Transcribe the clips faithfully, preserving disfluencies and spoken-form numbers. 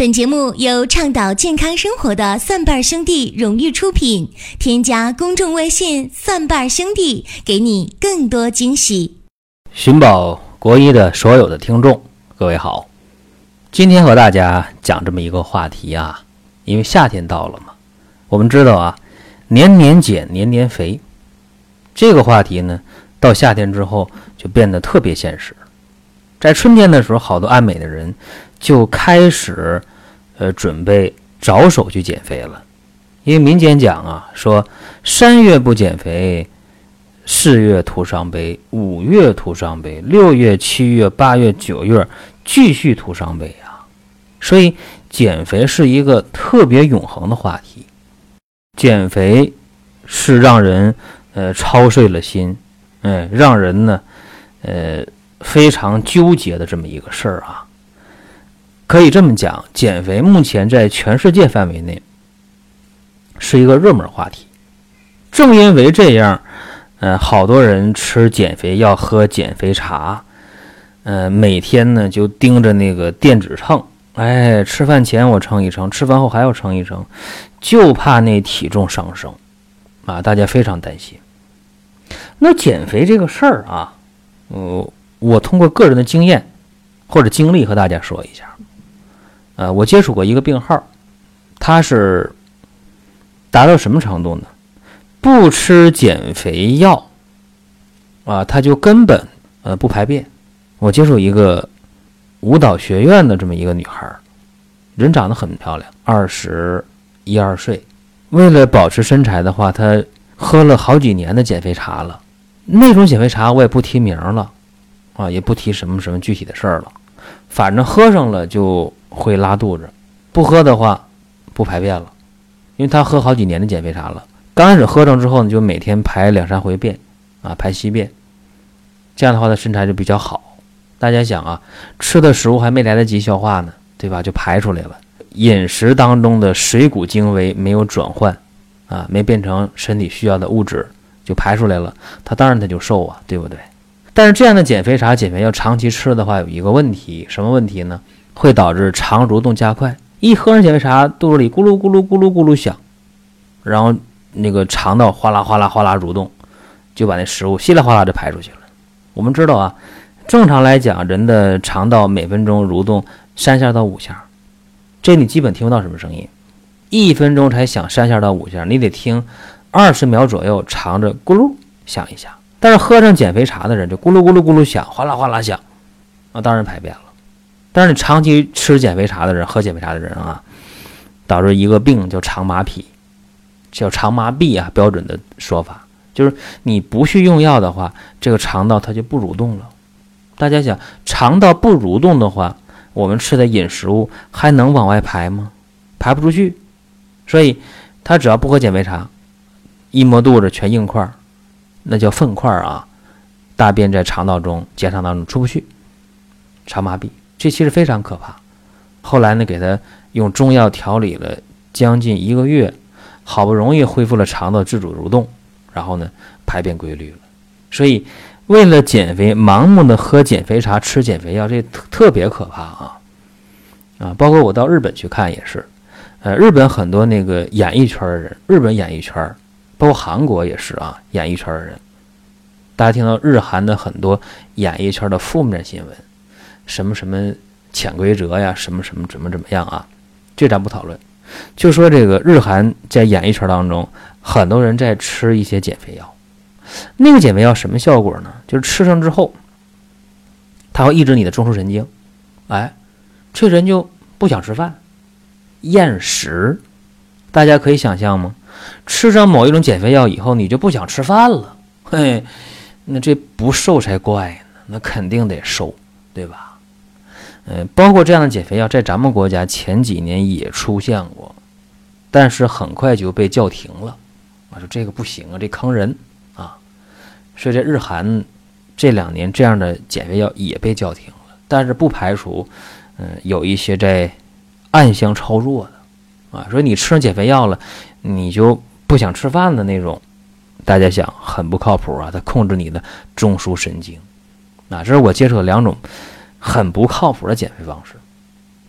本节目由倡导健康生活的蒜瓣兄弟荣誉出品，添加公众微信蒜瓣兄弟，给你更多惊喜。 寻宝国医的所有的听众，各位好，今天和大家讲这么一个话题啊，因为夏天到了嘛，我们知道啊，年年减年年肥，这个话题呢，到夏天之后就变得特别现实。在春天的时候，好多爱美的人就开始呃准备着手去减肥了。因为民间讲啊，说三月不减肥，四月徒伤悲，五月徒伤悲，六月、七月、八月、九月继续徒伤悲啊。所以减肥是一个特别永恒的话题。减肥是让人呃操碎了心，哎，让人呢呃非常纠结的这么一个事儿啊。可以这么讲，减肥目前在全世界范围内是一个热门话题。正因为这样，呃，好多人吃减肥药，喝减肥茶，呃，每天呢就盯着那个电子秤，哎，吃饭前我称一称，吃饭后还要称一称，就怕那体重上升啊，大家非常担心。那减肥这个事儿啊，呃，我通过个人的经验或者经历和大家说一下。呃，我接触过一个病号，他是达到什么程度呢？不吃减肥药啊，他就根本呃不排便。我接触一个舞蹈学院的这么一个女孩，人长得很漂亮，二十一二岁，为了保持身材的话，她喝了好几年的减肥茶了。那种减肥茶我也不提名了啊，也不提什么什么具体的事儿了，反正喝上了就会拉肚子，不喝的话不排便了。因为他喝好几年的减肥茶了，刚开始喝上之后呢，就每天排两三回便啊，排稀便，这样的话他身材就比较好。大家想啊，吃的食物还没来得及消化呢，对吧，就排出来了。饮食当中的水谷精微没有转换啊，没变成身体需要的物质，就排出来了，他当然他就瘦啊，对不对？但是这样的减肥茶、减肥药长期吃的话，有一个问题，什么问题呢？会导致肠蠕动加快，一喝上减肥茶，肚子里咕噜咕噜咕噜咕噜响，然后那个肠道哗啦哗啦哗啦蠕动，就把那食物稀里哗啦就排出去了。我们知道啊，正常来讲，人的肠道每分钟蠕动三下到五下，这你基本听不到什么声音，一分钟才响三下到五下，你得听二十秒左右，肠子咕噜响一下。但是喝上减肥茶的人就咕噜咕噜咕噜响，哗啦哗啦响，啊，当然排便了。但是你长期吃减肥茶的人，喝减肥茶的人啊，导致一个病叫肠麻痹，叫肠麻痹啊，标准的说法就是你不去用药的话，这个肠道它就不蠕动了。大家想，肠道不蠕动的话，我们吃的饮食物还能往外排吗？排不出去。所以他只要不喝减肥茶，一摸肚子全硬块，那叫粪块啊，大便在肠道中、结肠当中出不去，肠麻痹。这其实非常可怕。后来呢，给他用中药调理了将近一个月，好不容易恢复了肠道自主蠕动，然后呢排便规律了。所以为了减肥，盲目的喝减肥茶、吃减肥药，这特特别可怕啊！啊，包括我到日本去看也是，呃，日本很多那个演艺圈的人，日本演艺圈，包括韩国也是啊，演艺圈的人，大家听到日韩的很多演艺圈的负面新闻。什么什么潜规则呀，什么什么怎么怎么样啊，这咱不讨论。就说这个日韩在演艺圈当中，很多人在吃一些减肥药。那个减肥药什么效果呢？就是吃上之后，它会抑制你的中枢神经，哎，这人就不想吃饭，厌食。大家可以想象吗？吃上某一种减肥药以后，你就不想吃饭了，嘿，那这不瘦才怪呢，那肯定得瘦，对吧？呃，包括这样的减肥药，在咱们国家前几年也出现过，但是很快就被叫停了。我说这个不行啊，这坑人啊！所以在日韩这两年，这样的减肥药也被叫停了，但是不排除，嗯、呃，有一些在暗箱操作的啊。所以你吃上减肥药了，你就不想吃饭的那种，大家想很不靠谱啊，它控制你的中枢神经啊。这是我接触的两种很不靠谱的减肥方式。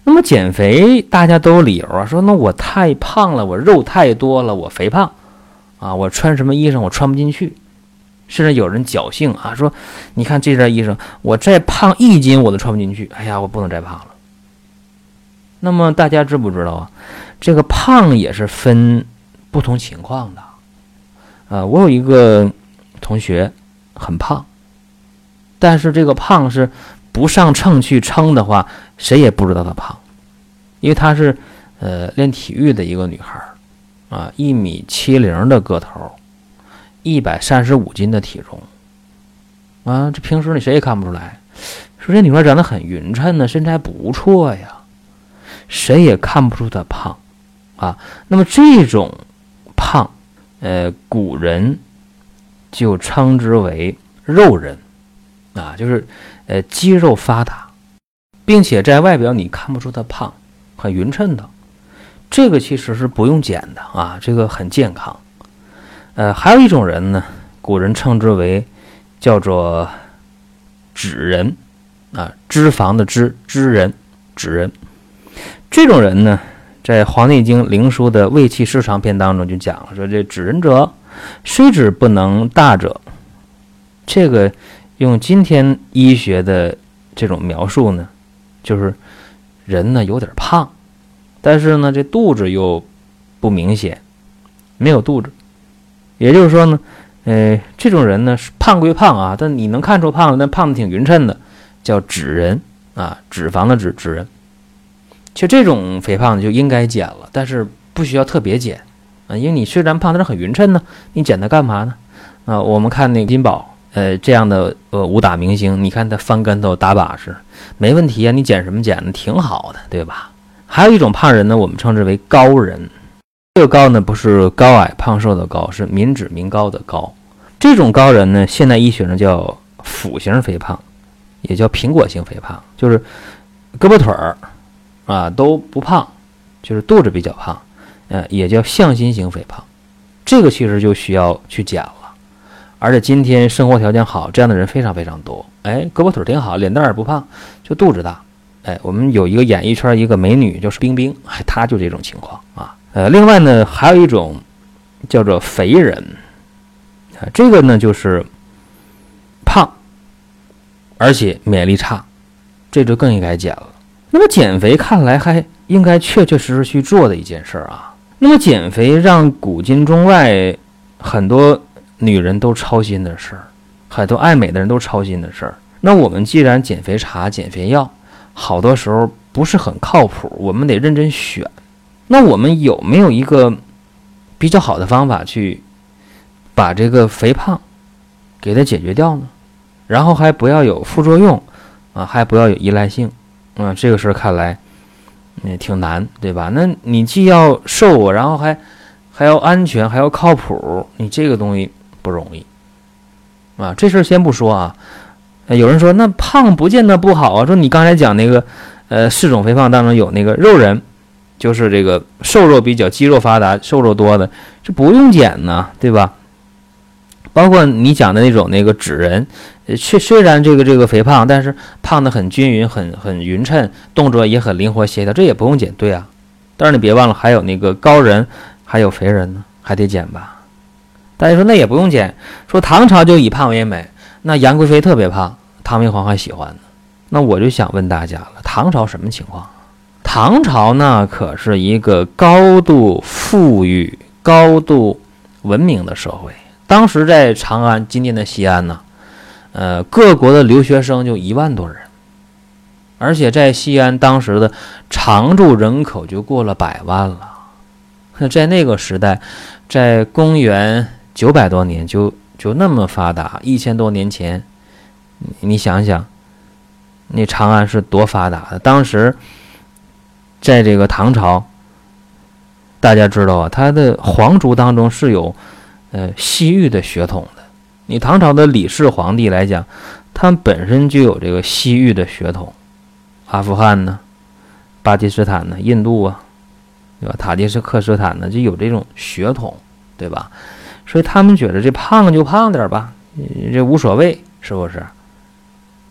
那么减肥大家都有理由啊，说那我太胖了，我肉太多了，我肥胖啊，我穿什么衣裳我穿不进去。甚至有人侥幸啊，说你看这件衣裳，我再胖一斤我都穿不进去，哎呀，我不能再胖了。那么大家知不知道啊？这个胖也是分不同情况的。呃，我有一个同学很胖，但是这个胖是不上秤去称的话，谁也不知道她胖，因为她是呃练体育的一个女孩啊，一米七零的个头。一百三十五斤的体重啊，这平时你谁也看不出来。说这女孩长得很匀称呢，身材不错呀，谁也看不出她胖啊。那么这种胖，呃，古人就称之为肉人啊，就是呃肌肉发达，并且在外表你看不出她胖，很匀称的。这个其实是不用减的啊，这个很健康。呃，还有一种人呢，古人称之为叫做脂人啊，脂肪的脂，脂人，脂人。这种人呢，在《黄帝经·灵枢》的胃气失常篇当中就讲了，说这脂人者，虽脂不能大者。这个用今天医学的这种描述呢，就是人呢有点胖，但是呢这肚子又不明显，没有肚子。也就是说呢，呃，这种人呢是胖归胖啊，但你能看出胖了，但胖的挺匀称的，叫脂人啊，脂肪的脂，脂人。其实这种肥胖就应该减了，但是不需要特别减啊，因为你虽然胖，但是很匀称呢，你减它干嘛呢？啊，我们看那个金宝，呃，这样的呃武打明星，你看他翻跟头打把式，没问题啊，你减什么减呢？挺好的，对吧？还有一种胖人呢，我们称之为高人。这个高呢，不是高矮胖瘦的高，是民脂民膏的高。这种高人呢，现代医学上叫腹型肥胖，也叫苹果型肥胖，就是胳膊腿儿啊都不胖，就是肚子比较胖，呃，也叫向心型肥胖。这个其实就需要去减了，而且今天生活条件好，这样的人非常非常多。哎，胳膊腿挺好，脸蛋也不胖，就肚子大。哎，我们有一个演艺圈一个美女叫冰冰，哎，她就这种情况啊。呃，另外呢，还有一种叫做肥人，啊，这个呢就是胖，而且免疫力差，这就更应该减了。那么减肥看来还应该确确实实去做的一件事啊。那么减肥让古今中外很多女人都操心的事儿，很多爱美的人都操心的事儿。那我们既然减肥茶、减肥药，好多时候不是很靠谱，我们得认真选。那我们有没有一个比较好的方法去把这个肥胖给它解决掉呢？然后还不要有副作用啊，还不要有依赖性啊，这个事儿看来嗯挺难，对吧？那你既要瘦，然后还还要安全，还要靠谱，你这个东西不容易啊。这事儿先不说啊，有人说那胖不见得不好啊，说你刚才讲那个呃四种肥胖当中有那个肉人。就是这个瘦肉比较肌肉发达瘦肉多的，这不用减呢，对吧？包括你讲的那种那个脂人，虽虽然这个这个肥胖，但是胖的很均匀，很很匀称，动作也很灵活协调，这也不用减，对啊。但是你别忘了还有那个高人，还有肥人呢，还得减吧。大家说那也不用减，说唐朝就以胖为美，那杨贵妃特别胖，唐明皇还喜欢呢。那我就想问大家了，唐朝什么情况？唐朝呢，可是一个高度富裕、高度文明的社会。当时在长安，今天的西安呢，呃，各国的留学生就一万多人，而且在西安当时的常住人口就过了百万了。在那个时代，在公元九百多年就就那么发达，一千多年前，你想想，那长安是多发达的，当时。在这个唐朝，大家知道啊，他的皇族当中是有呃西域的血统的。你唐朝的李氏皇帝来讲，他们本身就有这个西域的血统，阿富汗呢、巴基斯坦呢、印度啊，对吧？塔吉克斯坦呢就有这种血统，对吧？所以他们觉得这胖就胖点吧，这无所谓，是不是？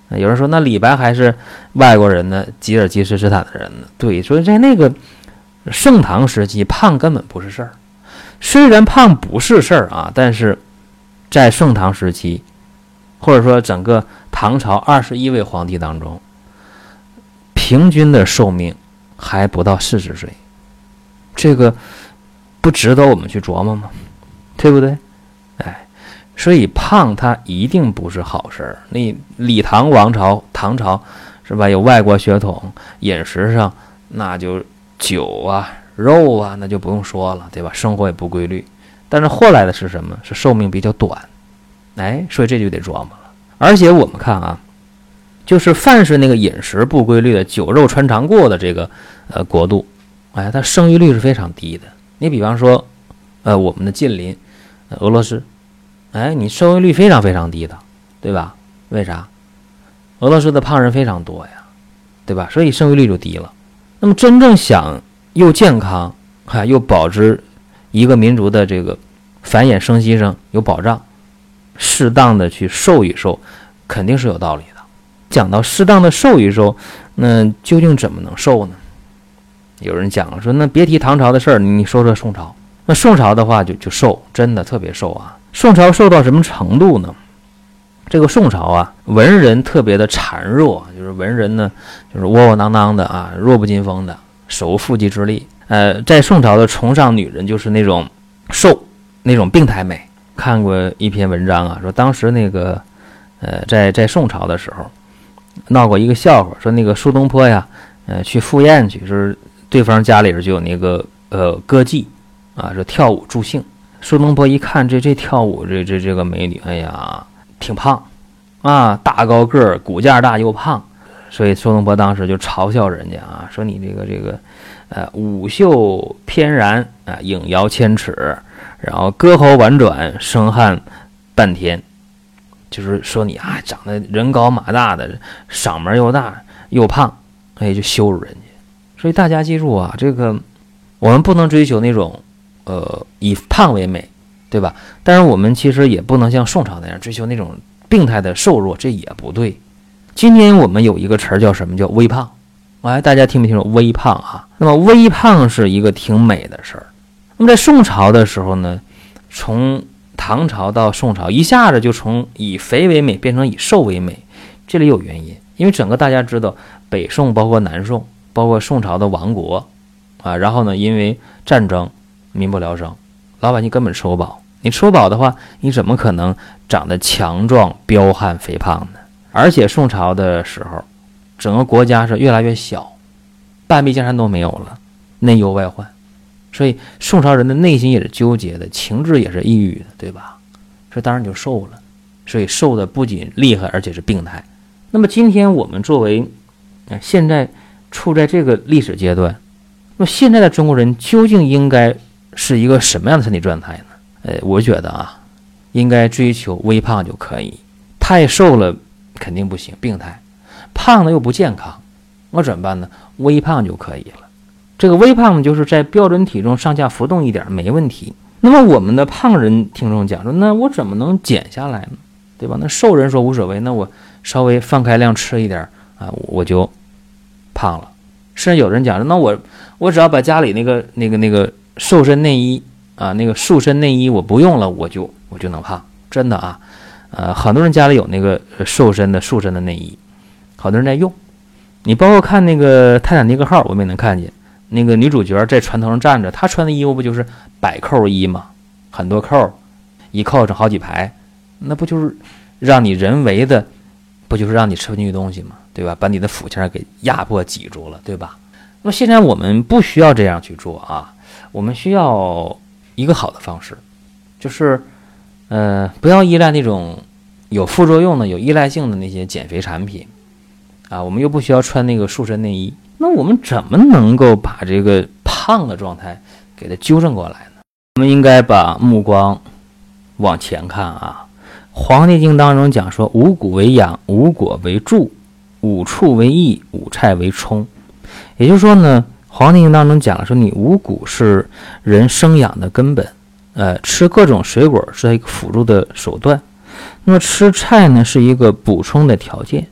有人说那李白还是外国人呢，吉尔吉斯斯坦的人呢？对，所以在那个盛唐时期，胖根本不是事儿。虽然胖不是事儿啊，但是在盛唐时期，或者说整个唐朝二十一位皇帝当中，平均的寿命还不到四十岁，这个不值得我们去琢磨吗？对不对？哎，所以胖它一定不是好事儿。那李唐王朝、唐朝是吧？有外国血统，饮食上那就酒啊、肉啊，那就不用说了，对吧？生活也不规律。但是后来的是什么？是寿命比较短，哎，所以这就得琢磨了。而且我们看啊，就是凡是那个饮食不规律的、酒肉穿肠过的这个呃国度，哎，它生育率是非常低的。你比方说，呃，我们的近邻、呃、俄罗斯，哎，你生育率非常非常低的，对吧？为啥？俄罗斯的胖人非常多呀，对吧？所以生育率就低了。那么真正想又健康，还、啊、又保持一个民族的这个繁衍生息上有保障，适当的去瘦一瘦，肯定是有道理的。讲到适当的瘦一瘦，那究竟怎么能瘦呢？有人讲了说，那别提唐朝的事儿，你说说宋朝。那宋朝的话就就瘦，真的特别瘦啊。宋朝瘦到什么程度呢？这个宋朝啊，文人特别的孱弱，就是文人呢，就是窝窝囊囊的啊，弱不禁风的，手无缚鸡之力。呃，在宋朝的崇尚女人就是那种瘦，那种病态美。看过一篇文章啊，说当时那个呃，在在宋朝的时候，闹过一个笑话，说那个苏东坡呀，呃，去赴宴去，就是对方家里边就有那个呃歌妓啊，说跳舞助兴。苏东坡一看这这跳舞这这这个美女，哎呀，挺胖啊，大高个儿，骨架大又胖，所以苏东坡当时就嘲笑人家啊，说你这个这个呃舞袖翩然啊，影摇千尺，然后歌喉婉转，声汗半天，就是说你啊长得人高马大的，嗓门又大又胖，哎，就羞辱人家。所以大家记住啊，这个我们不能追求那种呃以胖为美，对吧？但是我们其实也不能像宋朝那样追求那种病态的瘦弱，这也不对。今天我们有一个词儿叫什么？叫微胖。哎，大家听没听说微胖啊？那么微胖是一个挺美的事儿。那么在宋朝的时候呢，从唐朝到宋朝，一下子就从以肥为美变成以瘦为美，这里有原因。因为整个大家知道，北宋包括南宋，包括宋朝的亡国啊，然后呢，因为战争，民不聊生，老百姓根本吃不饱。你吃不饱的话，你怎么可能长得强壮、彪悍、肥胖呢？而且宋朝的时候，整个国家是越来越小，半壁江山都没有了，内忧外患，所以宋朝人的内心也是纠结的，情志也是抑郁的，对吧？所以当然就瘦了，所以瘦的不仅厉害，而且是病态。那么今天我们作为呃现在处在这个历史阶段，那么现在的中国人究竟应该是一个什么样的身体状态呢？呃，我觉得啊，应该追求微胖就可以，太瘦了肯定不行，病态，胖的又不健康，那怎么办呢？微胖就可以了。这个微胖就是在标准体重上下浮动一点没问题。那么我们的胖人听众讲说，那我怎么能减下来呢？对吧？那瘦人说无所谓，那我稍微放开量吃一点啊，我就胖了。甚至有人讲，那我我只要把家里那个那个那个瘦身内衣啊，那个塑身内衣我不用了，我就我就能胖，真的啊。呃，很多人家里有那个瘦身的塑身的内衣，好多人在用。你包括看那个泰坦尼克号，我们也能看见那个女主角在船头上站着，她穿的衣服不就是百扣衣吗？很多扣，一扣成好几排，那不就是让你人为的，不就是让你吃不进去东西吗？对吧？把你的腹腔给压迫挤住了，对吧？那么现在我们不需要这样去做啊，我们需要一个好的方式，就是呃，不要依赖那种有副作用的、有依赖性的那些减肥产品啊。我们又不需要穿那个塑身内衣，那我们怎么能够把这个胖的状态给它纠正过来呢？我们应该把目光往前看啊。《黄帝经》当中讲说，五谷为养，五果为助，五畜为益，五菜为充。也就是说呢，《黄帝经》当中讲了说，你五谷是人生养的根本，呃，吃各种水果是一个辅助的手段，那么吃菜呢是一个补充的条件。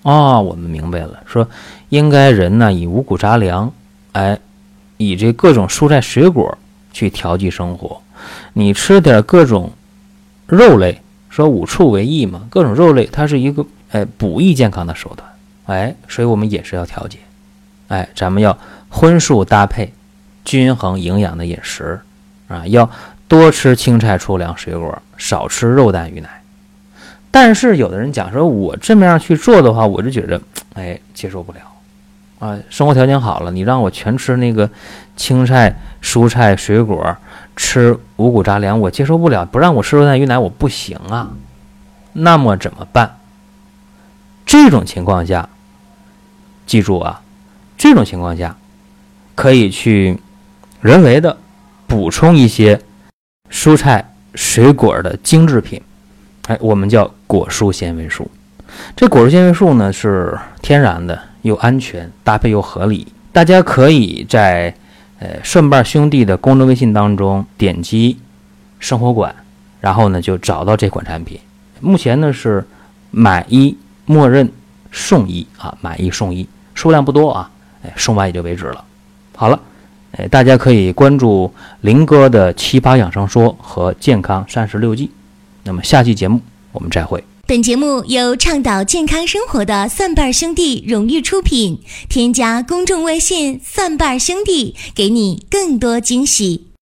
哦，我们明白了，说应该人呢以五谷杂粮，哎，以这各种蔬菜水果去调剂生活。你吃点各种肉类，说五畜为益嘛，各种肉类它是一个哎补益健康的手段，哎，所以我们也是要调节，哎，咱们要荤素搭配，均衡营养的饮食啊，要多吃青菜粗粮水果，少吃肉蛋鱼奶。但是有的人讲说，我这么样去做的话，我就觉得哎接受不了啊，生活条件好了，你让我全吃那个青菜蔬菜水果，吃五谷杂粮，我接受不了，不让我吃肉蛋鱼奶我不行啊。那么怎么办？这种情况下记住啊，这种情况下可以去人为的补充一些蔬菜水果的精制品，哎，我们叫果蔬纤维素。这果蔬纤维素呢是天然的又安全，搭配又合理。大家可以在呃顺瓣兄弟的公众微信当中点击生活馆，然后呢就找到这款产品。目前呢是买一默认送一啊，买一送一，数量不多啊，哎，送完也就为止了。好了，哎，大家可以关注林哥的奇葩养生说和健康三十六计。那么下期节目我们再会。 本节目由倡导健康生活的蒜瓣兄弟荣誉出品，添加公众微信蒜瓣兄弟，给你更多惊喜。